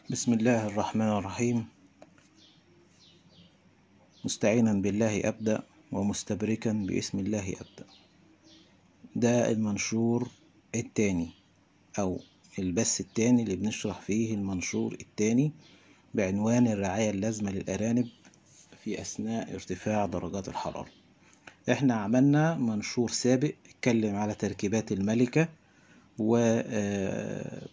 بسم الله الرحمن الرحيم. مستعينا بالله أبدأ ومستبركا باسم الله أبدأ. ده المنشور التاني أو البث التاني اللي بنشرح فيه المنشور التاني بعنوان الرعاية اللازمة للأرانب في أثناء ارتفاع درجات الحرارة. احنا عملنا منشور سابق اتكلم على تركيبات الملكة وأثناء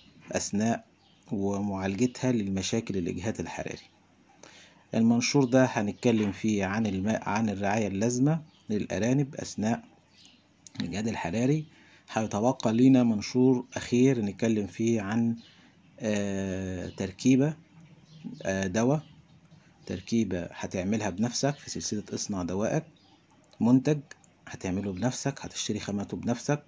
ومعالجتها للمشاكل الإجهاد الحراري. المنشور ده هنتكلم فيه عن الرعاية اللازمة للأرانب أثناء الإجهاد الحراري. هيتبقى لينا منشور أخير نتكلم فيه عن تركيبة دواء، تركيبة هتعملها بنفسك في سلسلة اصنع دوائك، منتج هتعمله بنفسك، هتشتري خامته بنفسك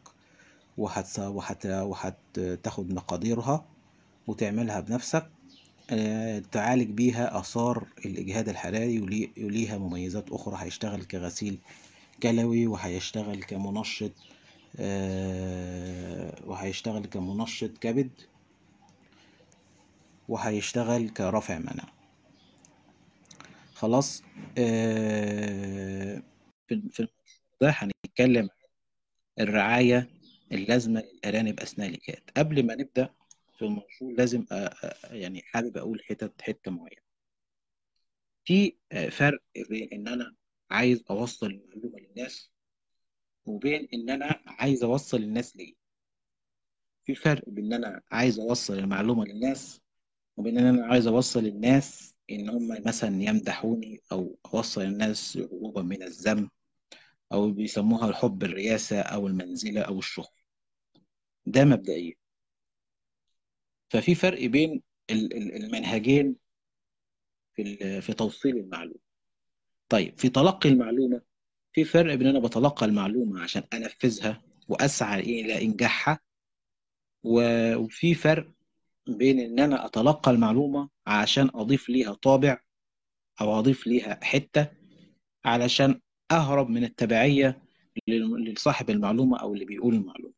وهتاخد مقاديرها وتعملها بنفسك. تعالج بيها آثار الإجهاد الحراري، وليها مميزات أخرى. هيشتغل كغسيل كلوي، وهيشتغل كمنشط كبد، وهيشتغل كرافع مناعة. خلاص. في الموضوع ده هنتكلم عن الرعاية اللازمة للأرانب أثناء الإجهاد. قبل ما نبدأ في المنشور لازم يعني حابب أقول حتة معينة. في فرق بين إن أنا عايز أوصل المعلومة للناس وبين إن أنا عايز أوصل الناس ليه. في فرق بين إن أنا عايز أوصل المعلومة للناس وبين إن أنا عايز أوصل الناس إن هم مثلا يمدحوني، أو أوصل الناس هروبا من الذم، أو بيسموها الحب الرياسة أو المنزلة أو الشهرة. ده مبدئيا. ففي فرق بين المنهجين في توصيل المعلومة. طيب، في تلقي المعلومة في فرق بين أنا بتلقى المعلومة عشان أنفذها وأسعى إلى إنجاحها، وفي فرق بين إن أنا أتلقى المعلومة عشان أضيف ليها طابع أو أضيف ليها حتة علشان أهرب من التبعية لصاحب المعلومة أو اللي بيقول المعلومة.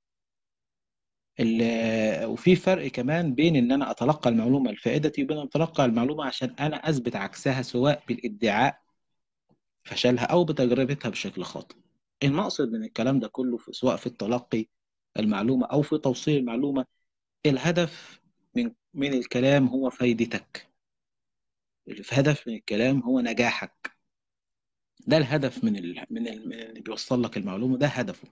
وفي فرق كمان بين إن أنا أتلقى المعلومة لفائدتي وبين أن أتلقى المعلومة عشان أنا أثبت عكسها، سواء بالادعاء فشلها أو بتجربتها بشكل خاطئ. المقصد من الكلام ده كله سواء في التلقي المعلومة أو في توصيل المعلومة، الهدف من الكلام هو فايدتك. الهدف من الكلام هو نجاحك. ده الهدف من اللي بيوصل لك المعلومة، ده هدفه.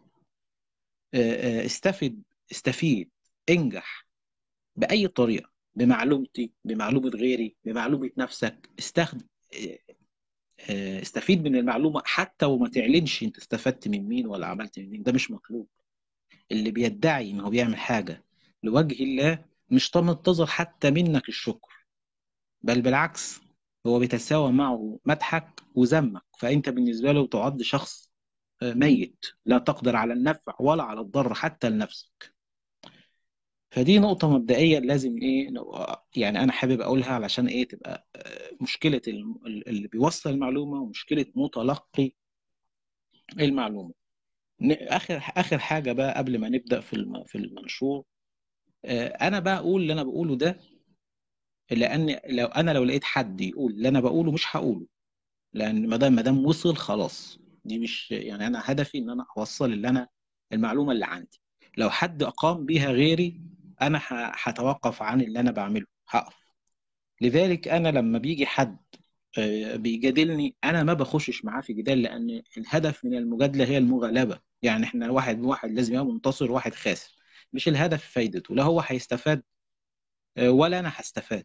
استفيد، انجح بأي طريقة، بمعلومتي، بمعلومة غيري، بمعلومة نفسك. استخدم استفيد من المعلومة حتى وما تعلنش انت استفدت من مين ولا عملت من مين. ده مش مطلوب. اللي بيدعي انه بيعمل حاجة لوجه الله مش منتظر حتى منك الشكر، بل بالعكس، هو بيتساوى معه مدحك وذمك. فأنت بالنسبة له تعد شخص ميت، لا تقدر على النفع ولا على الضر حتى لنفسك. فدي نقطة مبدئية لازم يعني أنا حابب أقولها علشان تبقى مشكلة اللي بيوصل المعلومة ومشكلة متلقي المعلومة. آخر حاجة بقى قبل ما نبدأ في المنشور. أنا بقى أقول اللي أنا بقوله ده لأن لو لقيت حد يقول اللي أنا بقوله مش هقوله، لان ما دام وصل خلاص. دي مش يعني انا هدفي ان انا اوصل المعلومه اللي عندي. لو حد اقام بيها غيري انا هتوقف عن اللي انا بعمله، هقف. لذلك انا لما بيجي حد بيجادلني، انا ما بخشش معاه في جدال، لان الهدف من المجادله هي المغالبه. يعني احنا واحد لازم يبقى منتصر وواحد خاسر. مش الهدف فايدته، لا هو هيستفاد ولا انا هستفاد.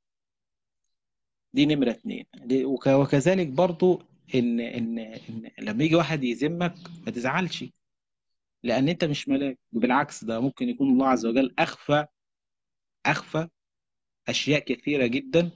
دي نمرة اتنين. وكذلك برضو إن لما يجي واحد يذمك ما تزعلش، لأن أنت مش ملاك. بالعكس، ده ممكن يكون الله عز وجل أخفى أشياء كثيرة جدا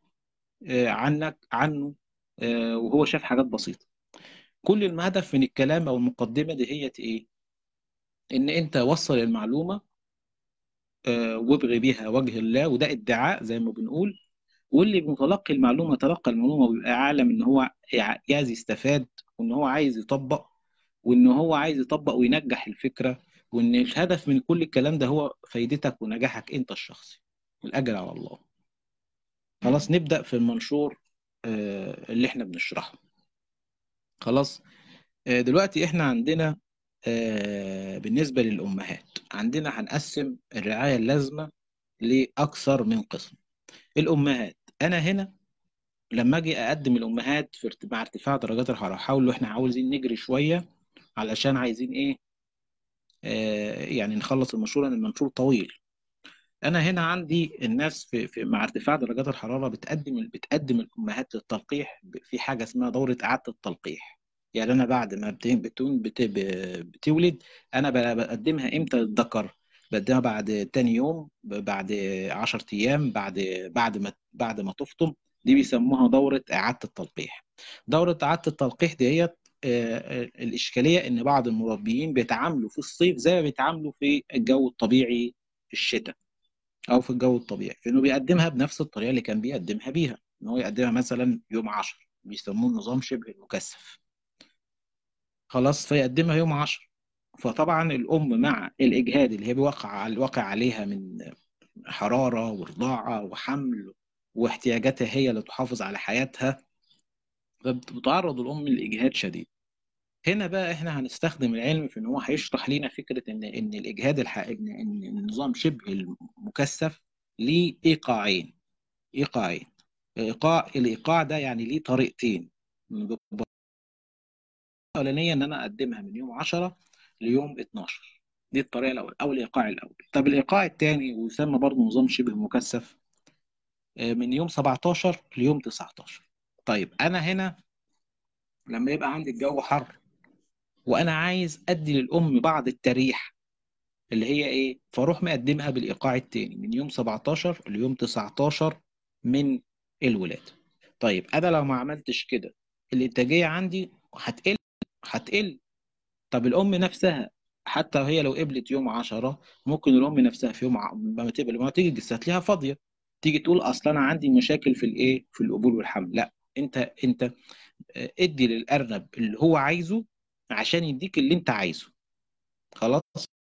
عنه، وهو شاف حاجات بسيطة. كل الهدف من الكلام أو المقدمة دي هي إيه؟ إن أنت وصل المعلومة وابغي بيها وجه الله، وده ادعاء زي ما بنقول. واللي متلقي المعلومة تلقى المعلومة ويبقى عالم ان هو عايز يستفاد، وان هو عايز يطبق، وان هو عايز يطبق وينجح الفكرة، وان الهدف من كل الكلام ده هو فايدتك ونجاحك انت الشخصي. الأجر على الله. خلاص نبدأ في المنشور اللي احنا بنشرحه. خلاص. دلوقتي احنا عندنا بالنسبة للأمهات عندنا هنقسم الرعاية اللازمة لأكثر من قسم. الأمهات، أنا هنا لما أجي أقدم الأمهات مع ارتفاع درجات الحرارة، حاولوا احنا عاوزين نجري شوية علشان عايزين إيه، يعني نخلص المنشور لأن المنشور طويل. أنا هنا عندي الناس مع ارتفاع درجات الحرارة بتقدم الأمهات للتلقيح في حاجة اسمها دورة إعادة التلقيح. يعني أنا بعد ما بتولد، أنا بقدمها إمتى للذكر؟ بقدمها بعد تاني يوم، بعد 10 أيام، بعد ما تفطم. دي بيسموها دورة إعادة التلقيح. دورة إعادة التلقيح ديت الإشكالية إن بعض المربيين بيتعاملوا في الصيف زي ما بيتعاملوا في الجو الطبيعي في الشتاء او في الجو الطبيعي، فانه بيقدمها بنفس الطريقه اللي كان بيقدمها بيها، ان هو يقدمها مثلا يوم 10، بيسموه نظام شبه المكثف. خلاص، فيقدمها يوم 10. فطبعا الام مع الاجهاد اللي هي واقع عليها من حراره ورضاعه وحمل واحتياجاتها هي اللي تحافظ على حياتها، فبتتعرض الام لاجهاد شديد. هنا بقى احنا هنستخدم العلم في ان هو هيشرح لنا فكره ان الاجهاد ان النظام شبه المكثف ليه ايقاعين. ايقاعين. الايقاع ده يعني ليه طريقتين. الاولانيه ان انا اقدمها من يوم 10 ليوم 12، دي الطريقه الاولى او الايقاع الاول. طب الايقاع الثاني ويسمى برضه نظام شبه مكثف، من يوم 17 ليوم 19. طيب انا هنا لما يبقى عندي الجو حر وانا عايز ادي للام بعض التريح اللي هي ايه، فاروح مقدمها بالايقاع الثاني من يوم 17 ليوم 19 من الولاده. طيب انا لو ما عملتش كده الانتاجيه عندي هتقل. طب الام نفسها حتى هي لو قبلت يوم 10، ممكن الام نفسها في يوم ما تقبل، لما تيجي جسها تلاقيها فاضيه، تيجي تقول اصلا انا عندي مشاكل في الايه، في القبول والحمل. لا، انت ادي للارنب اللي هو عايزه عشان يديك اللي انت عايزه. خلاص.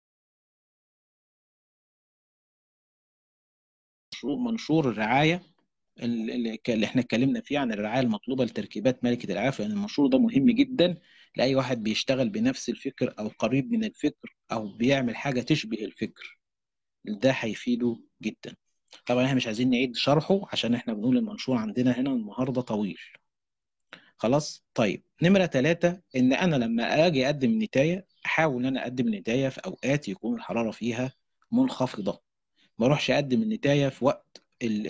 منشور الرعايه اللي احنا اتكلمنا فيه عن الرعايه المطلوبه لتركيبات ملكه العافيه، لان المنشور ده مهم جدا لاي واحد بيشتغل بنفس الفكر او قريب من الفكر او بيعمل حاجه تشبه الفكر، ده هيفيده جدا. طبعا احنا مش عايزين نعيد شرحه عشان احنا بنقول المنشور عندنا هنا النهارده طويل. خلاص. طيب نمره ثلاثة، ان انا لما اجي اقدم نتايه احاول ان انا اقدم نتايه في اوقات يكون الحراره فيها منخفضه. ما اروحش اقدم النتايه في وقت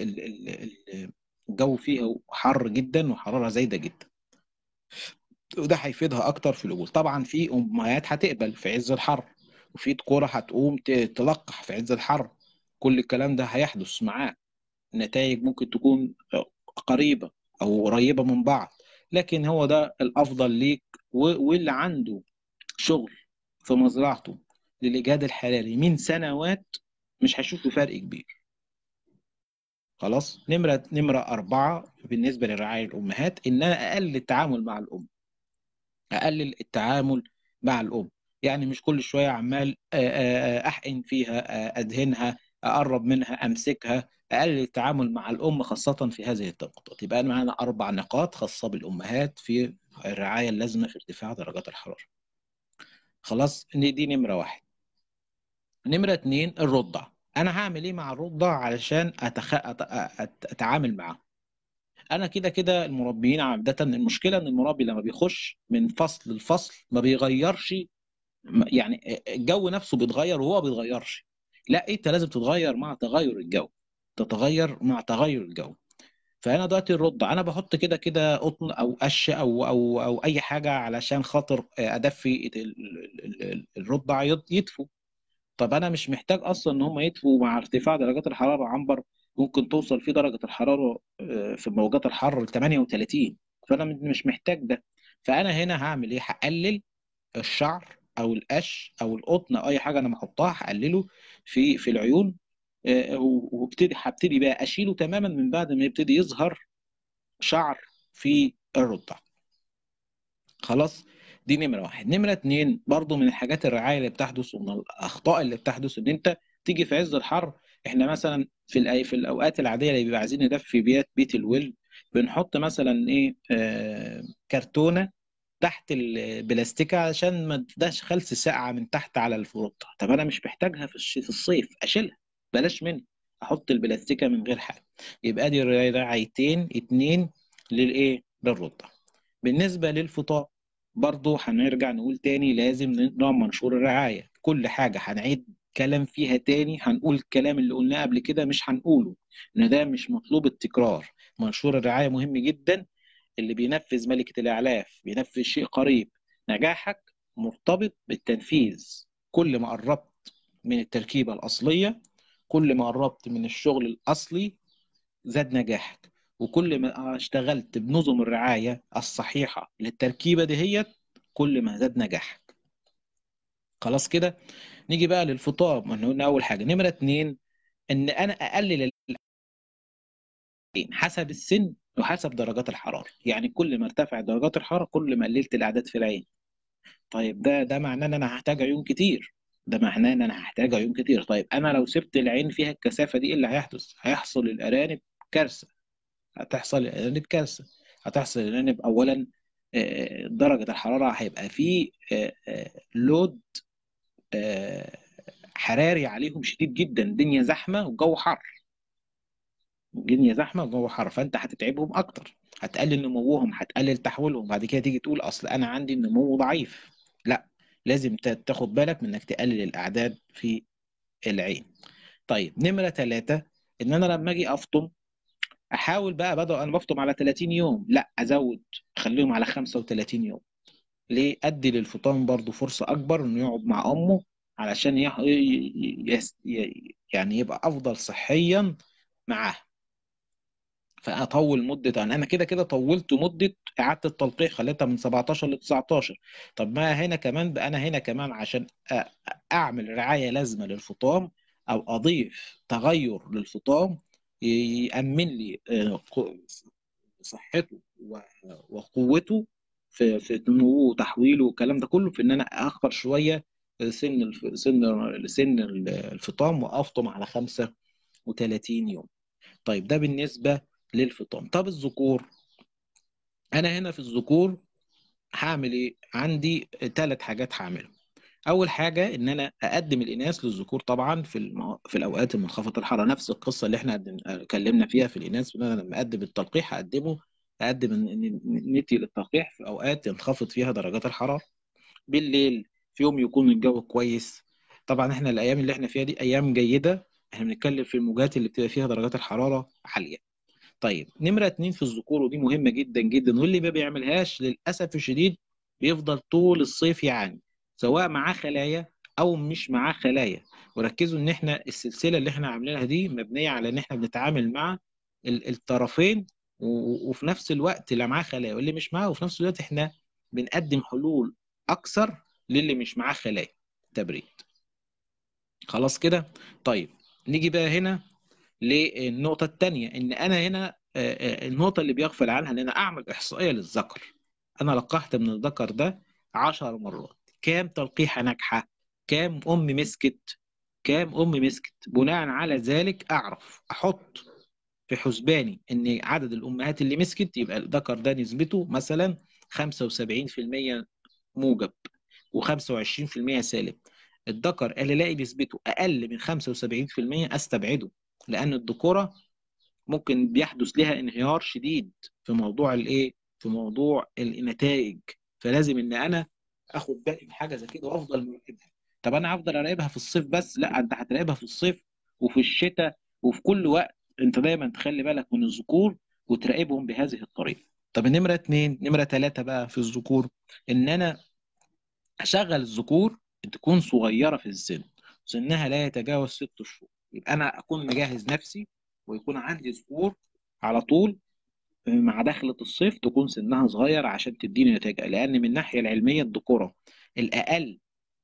الجو فيها حر جدا وحراره زايده جدا، وده هيفيدها اكتر في القبول. طبعا في امهات هتقبل في عز الحر، وفي ذكوره هتقوم تلقح في عز الحر. كل الكلام ده هيحدث معاه، نتائج ممكن تكون قريبه او قريبه من بعض، لكن هو ده الافضل ليك. واللي عنده شغل في مزرعته للاجهاد الحراري من سنوات مش هيشوف فرق كبير. خلاص. نمرة أربعة بالنسبة لرعاية الأمهات، إن أنا أقلل التعامل مع الأم. أقلل التعامل مع الأم، يعني مش كل شوية عمال أحقن فيها، أدهنها، أقرب منها، أمسكها. أقلل التعامل مع الأم خاصة في هذه النقطة. يبقى معنا 4 نقاط خاصة بالأمهات في الرعاية اللازمة في ارتفاع درجات الحرارة. خلاص، دي نمرة واحد. نمرة اتنين، الرضع. أنا هعمل إيه مع الرضع علشان أتعامل معاه؟ انا كده كده المربيين عاده، المشكله ان المربي لما بيخش من فصل لفصل ما بيغيرش، يعني الجو نفسه بيتغير وهو ما بيتغيرش. لا، انت لازم تتغير مع تغير الجو، تتغير مع تغير الجو. فانا دلوقتي الرضع انا بحط كده كده قطن او قش او اي حاجه علشان خاطر ادفي الرضع يدفو. طب انا مش محتاج اصلا ان هم يدفوا مع ارتفاع درجات الحراره. عنبر ممكن توصل في درجه الحراره في موجات الحر ل 38، فانا مش محتاج ده. فانا هنا هعمل ايه؟ هقلل الشعر او القش او القطن او اي حاجه انا بحطها، هقلله في العيون. هبتدي بقى اشيله تماما من بعد ما يبتدي يظهر شعر في الرضع. خلاص. دي نمرة واحد. نمرة اتنين، برضو من الحاجات الرعاية اللي بتحدث ومن الأخطاء اللي بتحدث إن أنت تيجي في عز الحر. إحنا مثلا في الاوقات العاديه اللي بيبقى عايزين ندفي بيت الول، بنحط مثلا ايه كرتونه تحت البلاستيكه عشان ما تدخلش خلس ساقعه من تحت على الفروطه. طب انا مش محتاجها في الصيف، اشيلها، بلاش منها، احط البلاستيكه من غير حاجه. يبقى دي رعايتين اتنين للايه للرضع. بالنسبه للفطام برضو هنرجع نقول تاني لازم نوع منشور الرعايه. كل حاجه هنعيد كلام فيها تاني، هنقول الكلام اللي قلناه قبل كده مش هنقوله، ان ده مش مطلوب التكرار. منشور الرعايه مهم جدا. اللي بينفذ ملكة الإعلاف بينفذ شيء قريب. نجاحك مرتبط بالتنفيذ. كل ما قربت من التركيبة الأصلية، كل ما قربت من الشغل الأصلي، زاد نجاحك. وكل ما اشتغلت بنظم الرعاية الصحيحة للتركيبة دهيت، كل ما زاد نجاحك. خلاص كده. نيجي بقى للفطام. احنا قلنا أول حاجة نمرة اتنين إن أنا أقلل حسب السن وحسب درجات الحرارة. يعني كل ما ارتفعت درجات الحرارة كل ما قللت الأعداد في العين. طيب ده معناه ان انا هحتاج عيون كتير. ده معناه ان انا هحتاج عيون كتير. طيب انا لو سبت العين فيها الكثافه دي، ايه اللي هيحدث؟ هيحصل الارانب كارثه. هتحصل الارانب كارثه. هتحصل الارانب اولا درجه الحراره هيبقى فيه لود حراري عليهم شديد جدا. الدنيا زحمه والجو حر. الدنيا زحمه والجو حر، فانت هتتعبهم اكتر، هتقلل نموهم، هتقلل تحويلهم. بعد كده تيجي تقول اصل انا عندي النمو ضعيف. لا، لازم تاخد بالك من انك تقلل الاعداد في العين. طيب نمره ثلاثة، ان انا لما اجي افطم احاول بقى، بدل انا بفطم على 30 يوم، لا ازود، اخليهم على 35 يوم. ليه؟ ادي للفطام برضو فرصه اكبر انه يقعد مع امه، علشان يعني يبقى افضل صحيا معاه. فاطول مده، انا كده كده طولت مده اعاده التلقيح، خليتها من 17 ل 19. طب ما هنا كمان بقى، انا هنا كمان عشان اعمل رعايه لازمه للفطام، او اضيف تغير للفطام يامن لي صحته وقوته في نموه وتحويله والكلام ده كله، في ان انا اخر شويه سن الفطام، وافطم على 35 يوم. طيب ده بالنسبة للفطام. طب الذكور، أنا هنا في الذكور هعمل إيه؟ عندي ثلاث حاجات هعملهم. أول حاجة إن أنا أقدم الإناث للذكور طبعا في الأوقات المنخفضة الحرارة. نفس القصة اللي إحنا اتكلمنا فيها في الإناث، إن أنا لما أقدم التلقيح أقدم نتي للتلقيح في أوقات ينخفض فيها درجات الحرارة. بالليل في يوم يكون الجو كويس. طبعا إحنا الأيام اللي إحنا فيها دي أيام جيدة، إحنا بنتكلم في الموجات اللي بتبقى فيها درجات الحرارة عالية. طيب نمرة اتنين في الذكور، ودي مهمة جدا جدا، واللي ما بيعملهاش للأسف الشديد بيفضل طول الصيف يعاني، سواء معاه خلايا أو مش معاه خلايا. وركزوا إن إحنا السلسلة اللي إحنا عاملينها دي مبنية على إن إحنا بنتعامل مع الطرفين، وفي نفس الوقت اللي معاه خلايا واللي مش معاه، وفي نفس الوقت إحنا بنقدم حلول أكثر للي مش معاه خلايا تبريد. خلاص كده. طيب نيجي بقى هنا للنقطة التانية، إن أنا هنا النقطة اللي بيغفل عنها إن أنا أعمل إحصائية للذكر. أنا لقحت من الذكر ده 10 مرات، كام تلقيحة ناجحة؟ كام أم مسكت؟ كام أم مسكت؟ بناء على ذلك أعرف أحط في حسباني إن عدد الأمهات اللي مسكت، يبقى الذكر ده نسبته مثلا 75% موجب و25% سالب. الذكر اللي الاقي نسبته اقل من 75% استبعده، لان الذكوره ممكن بيحدث لها انهيار شديد في موضوع الايه، في موضوع النتائج. فلازم ان انا اخد بالي من حاجه زي كده وافضل مراقبها. طب انا هفضل اراقبها في الصيف بس؟ لا، انت هتراقبها في الصيف وفي الشتاء وفي كل وقت. انت دايما تخلي بالك من الذكور وتراقبهم بهذه الطريقه. طب نمره اتنين، نمره ثلاثه بقى في الذكور، ان انا اشغل الذكور تكون صغيره في السن، سنها لا يتجاوز 6 شهور. يبقى انا اكون مجهز نفسي ويكون عندي ذكور على طول مع دخلة الصيف تكون سنها صغير عشان تديني نتائج. لان من الناحيه العلميه الذكوره الاقل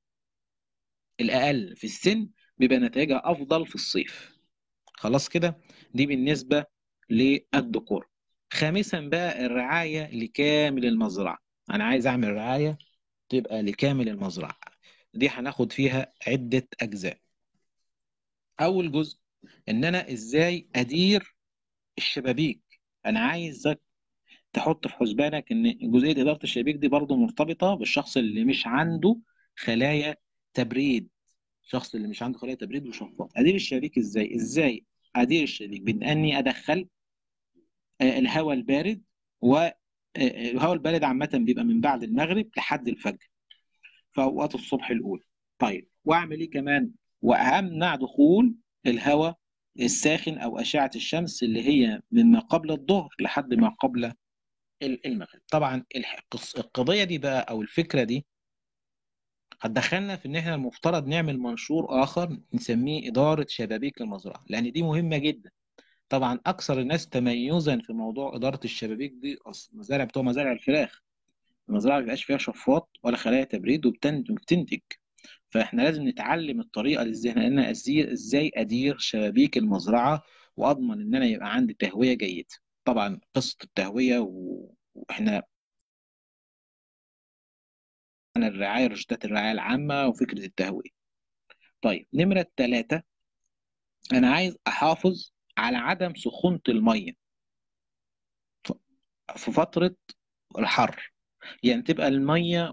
الاقل في السن بيبقى نتائجها افضل في الصيف. خلاص كده. دي بالنسبه للذكور. خامسا بقى الرعايه لكامل المزرعه. انا عايز اعمل رعايه تبقى لكامل المزرعه. دي هناخد فيها عده اجزاء. اول جزء ان انا ازاي ادير الشبابيك. انا عايزك تحط في حسبانك ان جزئيه اداره الشبابيك دي برضو مرتبطه بالشخص اللي مش عنده خلايا تبريد. الشخص اللي مش عنده خلايا تبريد وشفاط، ادير الشبابيك ازاي؟ ادير الشبابيك باني ادخل الهواء البارد، والهواء البارد عامه بيبقى من بعد المغرب لحد الفجر في اوقات الصبح الاولى. طيب واعمل ايه كمان؟ وامنع دخول الهواء الساخن او اشعه الشمس اللي هي من ما قبل الظهر لحد ما قبل المغرب. طبعا القضيه دي بقى او الفكره دي هتدخلنا في ان احنا المفترض نعمل منشور اخر نسميه اداره شبابيك المزرعه، لان دي مهمه جدا. طبعا اكثر الناس تميزا في موضوع اداره الشبابيك دي مزارع بتوع مزارع الفراخ. المزرعه ما بيبقاش فيها شفاط ولا خلايا تبريد وبتنتج. فاحنا لازم نتعلم الطريقه اللي ازاي انا ازاي ادير شبابيك المزرعه، واضمن ان انا يبقى عندي تهويه جيده. طبعا قصه التهويه واحنا عن الرعايه، روشتات الرعايه العامه وفكره التهويه. طيب نمره ثلاثه، انا عايز احافظ على عدم سخونه الميه في فتره الحر. يعني تبقى الميه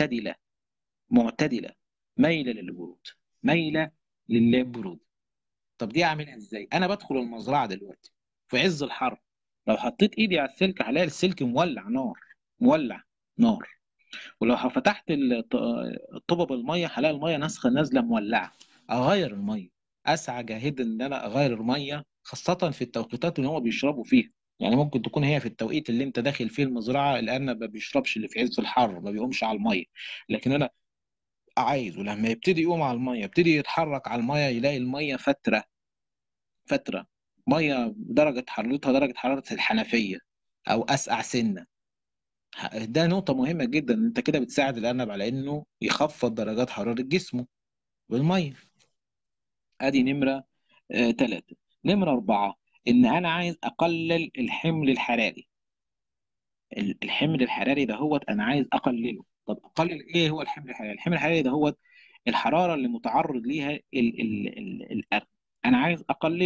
معتدله، مايله للبرود، مايله للبرود. طب دي اعملها ازاي؟ انا بدخل المزرعه دلوقتي في عز الحر، لو حطيت ايدي على السلك هلاقي السلك مولع نار، مولع نار. ولو فتحت طبب الميه هلاقي الميه ناسخه نازله مولعه. اغير الميه، اسعى جاهدا ان انا اغير الميه، خاصه في التوقيتات اللي هم بيشربوا فيها. يعني ممكن تكون هي في التوقيت اللي انت داخل فيه المزرعه الارنب ما بيشربش، اللي في عز الحر ما بيقومش على الميه، لكن انا عايزه لما يبتدي يقوم على الميه، يبتدي يتحرك على الميه، يلاقي الميه فتره ميه درجه حرارتها درجه حراره الحنفيه او اسقع سنه. ده نقطه مهمه جدا، ان انت كده بتساعد الارنب على انه يخفض درجات حراره جسمه بالميه. ادي نمره ثلاثه. نمره اربعه، ان انا عايز اقلل الحمل الحراري. الحمل الحراري ده هو انا عايز اقلله. طب اقلل ايه هو الحمل الحراري؟ الحمل الحراري ده هو الحراره اللي متعرض ليها الارنب. انا عايز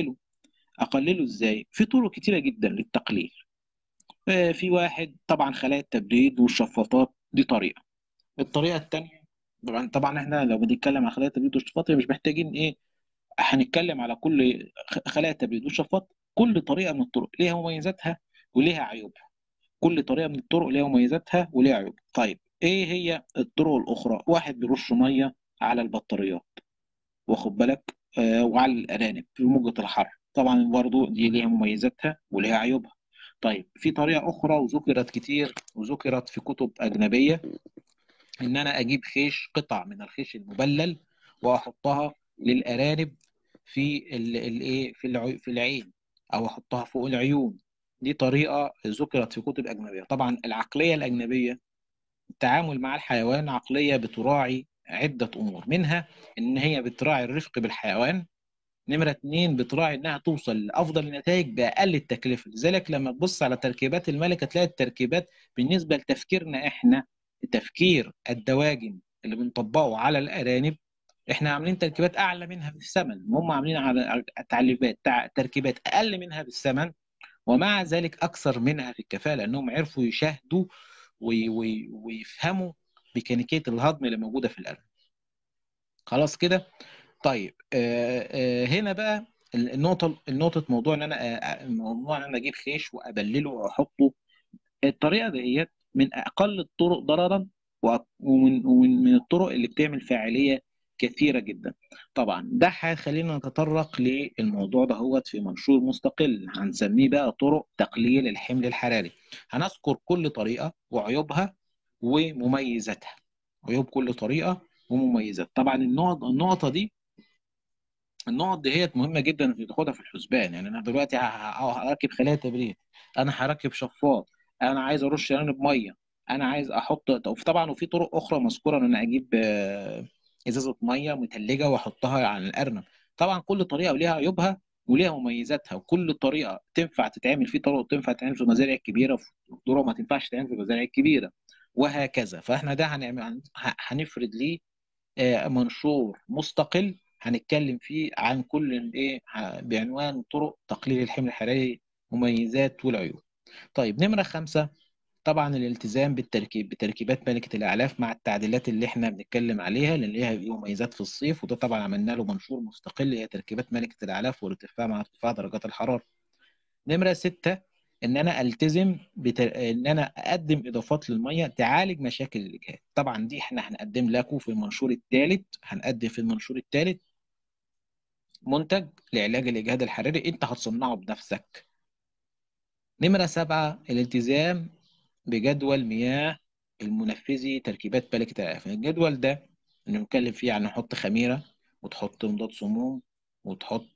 اقلله ازاي؟ في طرق كتيره جدا للتقليل. في واحد طبعا خلايا التبريد والشفاطات، دي طريقه. الطريقه الثانيه، طبعا احنا لو بنتكلم عن خلايا التبريد والشفاطات مش محتاجين ايه، هنتكلم على كل خلايا التبريد والشفاط. كل طريقه من الطرق ليها مميزاتها وليها عيوبها. كل طريقه من الطرق ليها مميزاتها وليها عيوبها. طيب ايه هي الطرق الاخرى؟ واحد بيرش ميه على البطاريات، واخد بالك، وعلى الارانب في موجه الحر. طبعا برضو دي ليها مميزاتها وليها عيوبها. طيب في طريقه اخرى وذكرت كتير وذكرت في كتب اجنبيه، ان انا اجيب خيش، قطع من الخيش المبلل، واحطها للارانب في الايه في العين، او احطها فوق العيون. دي طريقه ذكرت في كتب اجنبيه. طبعا العقليه الاجنبيه، التعامل مع الحيوان، عقليه بتراعي عده امور، منها ان هي بتراعي الرفق بالحيوان. نمرة اتنين، بتراعي انها توصل لافضل النتائج باقل التكلفة. لذلك لما تبص على تركيبات الملكة تلاقي التركيبات بالنسبة لتفكيرنا احنا، تفكير الدواجن اللي بنطبقه على الارانب، احنا عاملين تركيبات اعلى منها في الثمن، هم عاملين على تركيبات اقل منها في الثمن، ومع ذلك اكثر منها في الكفاءة، لانهم عرفوا يشاهدوا ويفهموا ميكانيكية الهضم اللي موجودة في الارنب. خلاص كده. طيب هنا بقى النقطة موضوع ان انا موضوع ان انا اجيب خيش وابلله واحطه. الطريقة ديت من اقل الطرق ضررا، ومن الطرق اللي بتعمل فاعلية كثيرة جدا. طبعا ده هيخلينا نتطرق للموضوع ده هو في منشور مستقل هنسميه بقى طرق تقليل الحمل الحراري. هنذكر كل طريقة وعيوبها ومميزاتها، عيوب كل طريقة ومميزات. طبعا النقطة دي، النقط دي هي مهمه جدا في تاخدها في الحسبان. يعني انا دلوقتي هركب خلايا تبريد، انا هركب شفاط، انا عايز ارش ارانب ميه، انا عايز احط طبعا. وفي طرق اخرى مذكوره ان انا اجيب ازازه ميه متلجه واحطها على الارنب. طبعا كل طريقه وليها عيوبها وليها مميزاتها، وكل طريقه تنفع تتعمل في طرق تنفع تتعمل في المزارع الكبيره، وفي طرق ما تنفعش تتعمل في المزارع الكبيره، وهكذا. فاحنا ده هنعمل هنفرد ليه منشور مستقل هنتكلم فيه عن كل الايه بعنوان طرق تقليل الحمل الحراري، مميزات والعيوب. طيب نمرة 5، طبعا الالتزام بتركيبات ملكة الأعلاف مع التعديلات اللي احنا بنتكلم عليها، لأن ليها مميزات في الصيف، وده طبعا عملنا له منشور مستقل، هي تركيبات ملكة الأعلاف والارتفاع مع ارتفاع درجات الحرارة. نمرة 6، إن أنا ألتزم إن أنا أقدم إضافات للمية تعالج مشاكل الإجهاد. طبعا دي احنا هنقدم لكم في المنشور الثالث، هنقدم في المنشور الثالث منتج لعلاج الإجهاد الحراري أنت هتصنعه بنفسك. نمرة 7، الالتزام بجدول مياه المنفذي تركيبات ملكة الأعلاف. الجدول ده بنتكلم فيه عن نحط خميرة، وتحط مضاد سموم، وتحط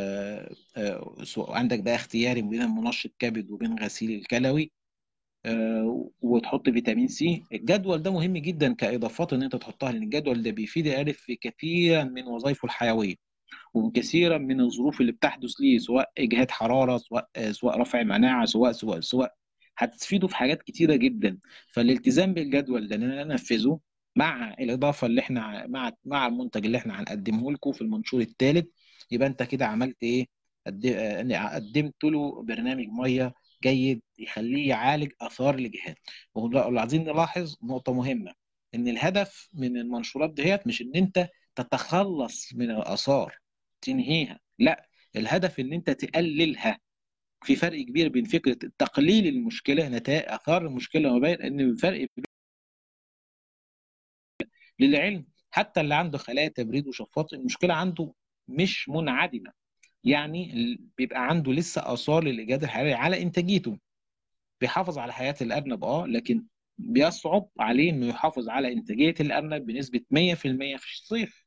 عندك بقى اختياري بين المنشط كبد وبين غسيل الكلوي، وتحط فيتامين سي. الجدول ده مهم جدا كإضافات ان انت تحطها، لان الجدول ده بيفيد الألف في كثيرا من وظائفه الحيوية وكثيرا من الظروف اللي بتحدث ليه، سواء اجهاد حراره، سواء رفع مناعه، سواء هتفيده في حاجات كتيره جدا. فالالتزام بالجدول ده ان انا انفذه مع الاضافه اللي احنا مع المنتج اللي احنا هنقدمه لكم في المنشور الثالث، يبقى انت كده عملت ايه؟ قدمت له برنامج ميه جيد يخليه يعالج اثار الاجهاد. وعايزين نلاحظ نقطه مهمه، ان الهدف من المنشورات ديت مش ان انت تتخلص من الاثار تنهيها، لا، الهدف ان انت تقللها. في فرق كبير بين فكره تقليل المشكله، نتائج اثار المشكله، وبين ان فرق للعلم. حتى اللي عنده خلايا تبريد وشفاط المشكله عنده مش منعدمه، يعني بيبقى عنده لسه اثار للاجهاد الحراري على انتاجيته. بيحافظ على حياه الارنب لكن بيصعب عليه انه يحافظ على انتاجيه الارنب بنسبه 100% في الصيف.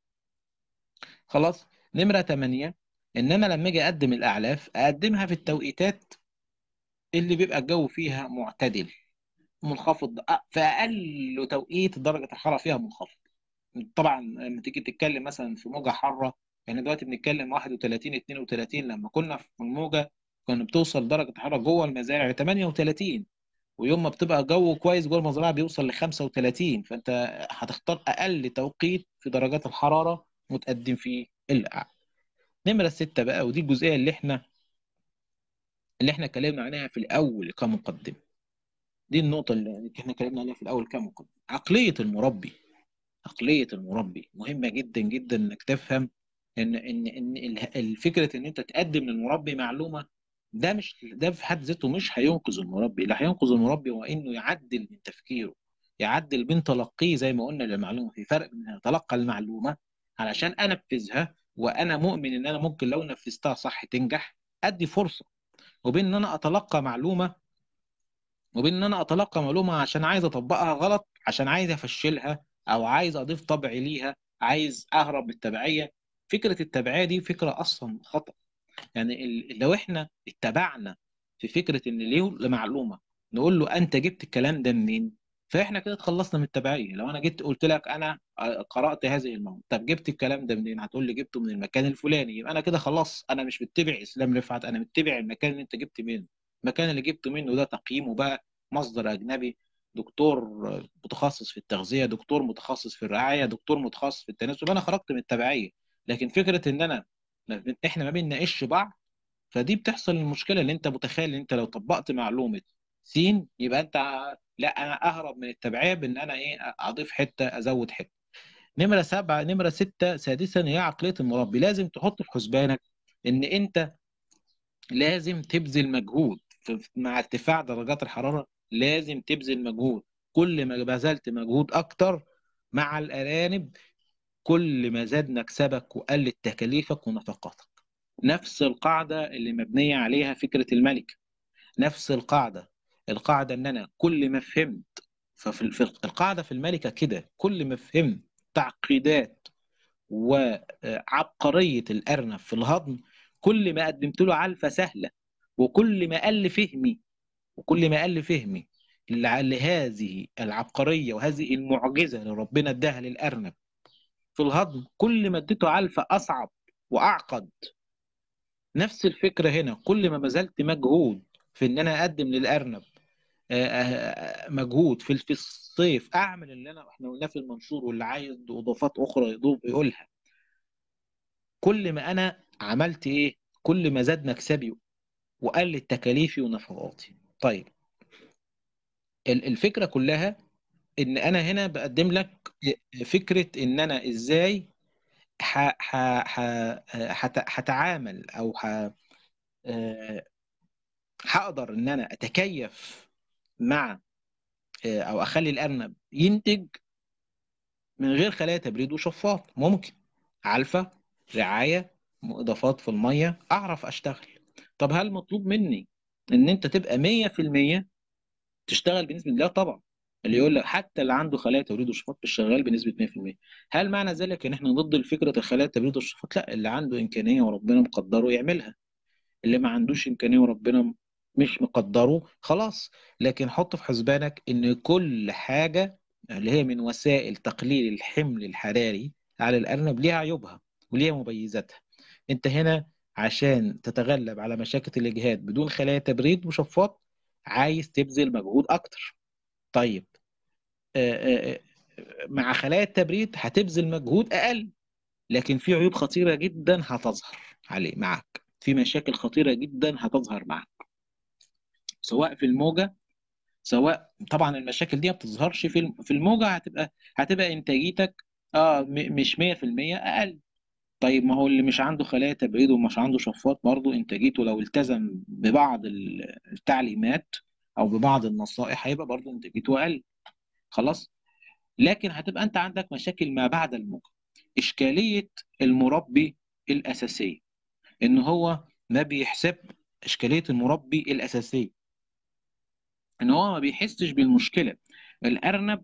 خلاص. نمره 8، ان انا لما اجي اقدم الاعلاف اقدمها في التوقيتات اللي بيبقى الجو فيها معتدل منخفض، في اقل توقيت درجه الحراره فيها منخفض. طبعا لما تيجي تتكلم مثلا في موجه حاره، يعني دلوقتي بنتكلم 31 32، لما كنا في الموجه كنا بتوصل درجه الحراره جوه المزارع ل 38، ويوم ما بتبقى جو كويس جوه المزرعه بيوصل ل 35. فانت هتختار اقل توقيت في درجات الحراره متقدم فيه القعد. نمره 6 بقى، ودي الجزئيه اللي احنا اتكلمنا عليها في الاول كمقدمه. دي النقطة اللي احنا اتكلمنا عليها في الأول كمقدمة. عقلية المربي. عقلية المربي مهمة جدا جدا، إنك تفهم إن الفكرة إن أنت تقدم للمربي معلومة، ده في حد ذاته مش هينقذ المربي. اللي هينقذ المربي هو إنه يعدل من تفكيره، يعدل من تلقيه زي ما قلنا للمعلومة. في فرق بين أن أتلقى المعلومة علشان أنفذها، وأنا مؤمن إن أنا ممكن لو نفذتها صح تنجح، أدي فرصة، وبين إن أنا أتلقى معلومة عشان عايز اطبقها غلط، عشان عايز افشلها، او عايز اضيف طبع ليها، عايز اهرب من التبعيه. فكره التبعيه دي فكره اصلا خطأ. يعني لو احنا اتبعنا في فكره ان ليه معلومه نقول له انت جبت الكلام ده منين، فاحنا كده اتخلصنا من التبعيه. لو انا جيت قلت لك انا قرات هذه المواد، طب جبت الكلام ده منين؟ هتقول لي جبته من المكان الفلاني. يبقى انا كده خلاص، انا مش متبع اسلام رفعت، انا متبع المكان اللي انت جبت منه. المكان اللي جبته منه ده تقييمه بقى مصدر اجنبي، دكتور متخصص في التغذيه، دكتور متخصص في الرعايه، دكتور متخصص في التناسل، انا خرجت من التبعيه. لكن فكره ان احنا ما بنناقش بعض، فدي بتحصل المشكله. اللي انت متخيل ان انت لو طبقت معلومه سين، يبقى انت لا، انا اهرب من التبعيه بان انا ايه، اضيف حته ازود حته. نمره 7، نمره 6، سادسا هي عقليه المربي. لازم تحط في حسبانك ان انت لازم تبذل مجهود مع ارتفاع درجات الحراره. لازم تبذل مجهود. كل ما بذلت مجهود اكتر مع الارانب، كل ما زاد مكسبك وقلت تكاليفك ونفقاتك. نفس القاعدة اللي مبنية عليها فكرة الملك، نفس القاعدة ان انا كل ما فهمت، القاعدة في الملكة كده، كل ما فهمت تعقيدات وعبقرية الأرنب في الهضم، كل ما قدمت له علفة سهلة، وكل ما قل فهمي لهذه العبقرية وهذه المعجزة اللي ربنا اداها للأرنب في الهضم، كل ما اديته علفة أصعب وأعقد. نفس الفكرة هنا، كل ما بذلت مجهود في ان انا اقدم للارنب مجهود في الصيف، اعمل اللي احنا قلناه في المنشور، واللي عايز اضافات اخرى يضيف يقولها. كل ما انا عملت ايه، كل ما زاد مكسبي وقلت تكاليفي ونفقاتي. طيب الفكرة كلها ان انا هنا بقدم لك فكرة ان انا ازاي هتعامل او آه، هقدر ان انا اتكيف مع او اخلي الارنب ينتج من غير خلايا تبريد وشفاط. ممكن علفة، رعاية، اضافات في المية، اعرف اشتغل. طب هل مطلوب مني ان انت تبقى 100% تشتغل بنسبة؟ لا طبعا. اللي يقول لك حتى اللي عنده خلايا تبريد وشفاط مش شغال بنسبة 100%. هل معنى ذلك ان احنا ضد فكرة الخلايا التبريد والشفاط؟ لا، اللي عنده امكانية وربنا مقدره يعملها. اللي ما عندوش امكانيه وربنا مش مقدره خلاص. لكن حط في حسبانك ان كل حاجه اللي هي من وسائل تقليل الحمل الحراري على الارنب ليها عيوبها وليها مميزاتها. انت هنا عشان تتغلب على مشاكل الاجهاد بدون خلايا تبريد وشفاط عايز تبذل مجهود اكتر. طيب آه، آه، مع خلايا التبريد هتبذل مجهود اقل، لكن في عيوب خطيره جدا هتظهر عليه معك، في مشاكل خطيره جدا هتظهر معك سواء في الموجة. سواء طبعا المشاكل دي ما بتظهرش في الموجة، هتبقى انتاجيتك مش 100% اقل. طيب ما هو اللي مش عنده خلايا تبريد ومش عنده شفاط برضه انتاجيته لو التزم ببعض التعليمات او ببعض النصائح هيبقى برضه انتاجيته اقل. خلاص. لكن هتبقى انت عندك مشاكل ما بعد الموجة. اشكالية المربي الاساسية ان هو ما بيحسب. اشكالية المربي الاساسية ان هو ما بيحسش بالمشكله. الارنب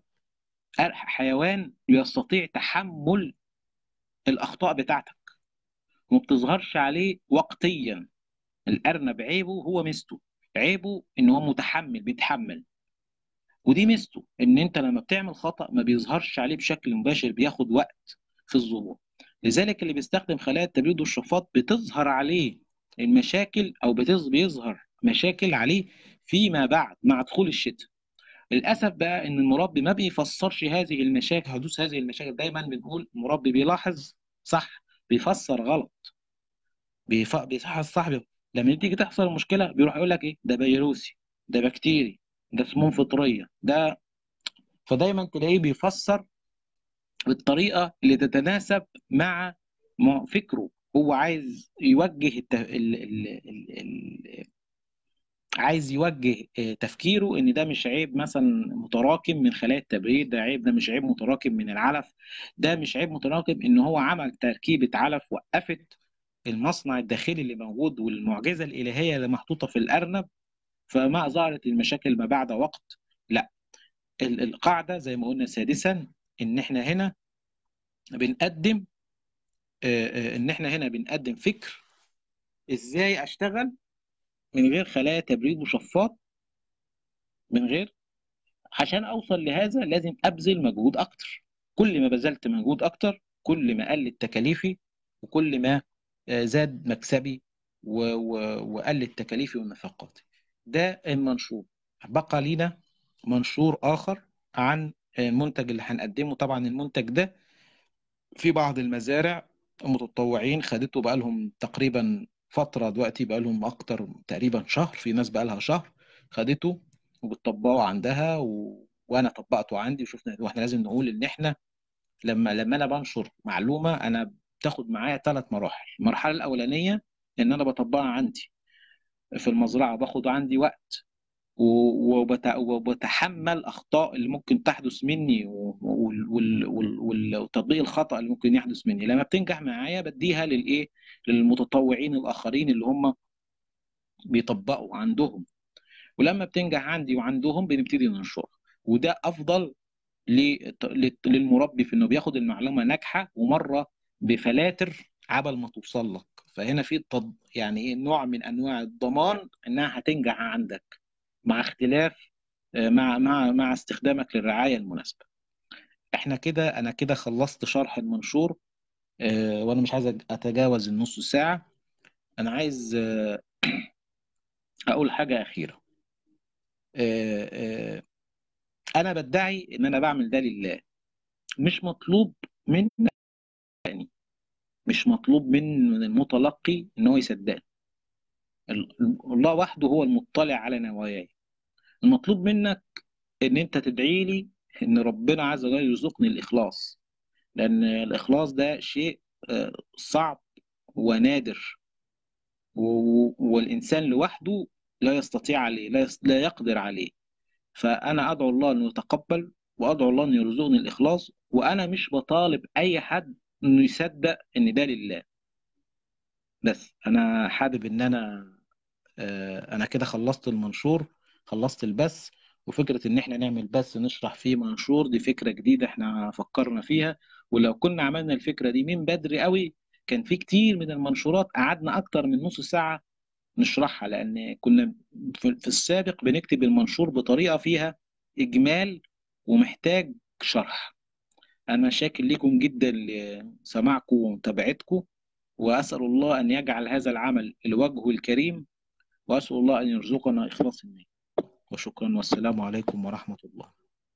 حيوان يستطيع تحمل الاخطاء بتاعتك وما بتظهرش عليه وقتيا. الارنب عيبه هو ميزته، عيبه ان هو متحمل بيتحمل. ودي ميزته ان انت لما بتعمل خطأ ما بيظهرش عليه بشكل مباشر، بياخد وقت في الظهور. لذلك اللي بيستخدم خلايا التبريد والشفاط بتظهر عليه المشاكل او بيظهر مشاكل عليه فيما بعد مع دخول الشتاء. للاسف بقى ان المربي ما بيفسرش هذه المشاكل، حدوث هذه المشاكل. دايما بنقول المربي بيلاحظ صح، بيفسر غلط. بيصحح صح. لما تيجي تحصل المشكله بيروح يقول لك ايه، ده فيروسي، ده بكتيري، ده سموم فطريه، ده. فدايما تلاقيه بيفسر بالطريقه اللي تتناسب مع فكره. هو عايز يوجه عايز يوجه تفكيره ان ده مش عيب مثلا متراكم من خلايا التبريد، ده عيب، ده مش عيب متراكم من العلف، ده مش عيب متراكم ان هو عمل تركيبة علف وقفت المصنع الداخلي اللي موجود والمعجزة الإلهية اللي محطوطة في الأرنب فما ظهرت المشاكل ما بعد وقت. لا، القاعدة زي ما قلنا سادسا ان احنا هنا بنقدم ان احنا هنا بنقدم فكر ازاي اشتغل من غير خلايا تبريد وشفاط. من غير عشان اوصل لهذا لازم ابذل مجهود اكتر. كل ما بذلت مجهود اكتر كل ما قلت تكاليفي وكل ما زاد مكسبي وقلت تكاليفي ونفقاتي. ده المنشور. بقى لينا منشور اخر عن المنتج اللي هنقدمه. طبعا المنتج ده في بعض المزارع متطوعين خدته بقالهم تقريبا فترة، دلوقتي بقالهم أكتر تقريبا شهر، في ناس بقالها شهر خدته وبتطبقه عندها وأنا طبقته عندي وشفنا. واحنا لازم نقول إن إحنا لما أنا بنشر معلومة أنا بتاخد معايا 3 مراحل. المرحلة الأولانية إن أنا بطبقها عندي في المزرعة، باخد عندي وقت وبتحمل اخطاء اللي ممكن تحدث مني والتطبيق الخطأ اللي ممكن يحدث مني. لما بتنجح معايا بديها للايه، للمتطوعين الاخرين اللي هم بيطبقوا عندهم. ولما بتنجح عندي وعندهم بنبتدي ننشرها. وده افضل للمربي في انه بياخد المعلومه ناجحه ومره بفلاتر عبل ما توصل لك. فهنا في يعني ايه نوع من انواع الضمان انها هتنجح عندك مع اختلاف مع استخدامك للرعايه المناسبه. احنا كده، انا كده خلصت شرح المنشور. وانا مش عايز اتجاوز النص ساعه. انا عايز اقول حاجه اخيره. آه، آه، انا بدعي ان انا بعمل ده لله. مش مطلوب مني، مش مطلوب من المتلقي ان هو يصدقني. الله وحده هو المطلع على نواياي. المطلوب منك ان انت تدعي لي ان ربنا عز وجل يرزقني الاخلاص، لان الاخلاص ده شيء صعب ونادر، والانسان لوحده لا يستطيع عليه، لا يقدر عليه. فانا ادعو الله انه يتقبل، وادعو الله انه يرزقني الاخلاص، وانا مش بطالب اي حد انه يصدق ان ده لله. بس انا حابب ان انا كده خلصت المنشور، خلصت البث. وفكرة ان احنا نعمل بث نشرح فيه منشور دي فكرة جديدة احنا فكرنا فيها. ولو كنا عملنا الفكرة دي من بدري قوي كان في كتير من المنشورات قعدنا اكتر من نص ساعة نشرحها، لان كنا في السابق بنكتب المنشور بطريقة فيها اجمال ومحتاج شرح. انا شاكر لكم جدا لسماعكم ومتابعتكم، واسال الله ان يجعل هذا العمل لوجهه الكريم، وأسأل الله أن يرزقنا إخلاص النية. وشكرا، والسلام عليكم ورحمة الله.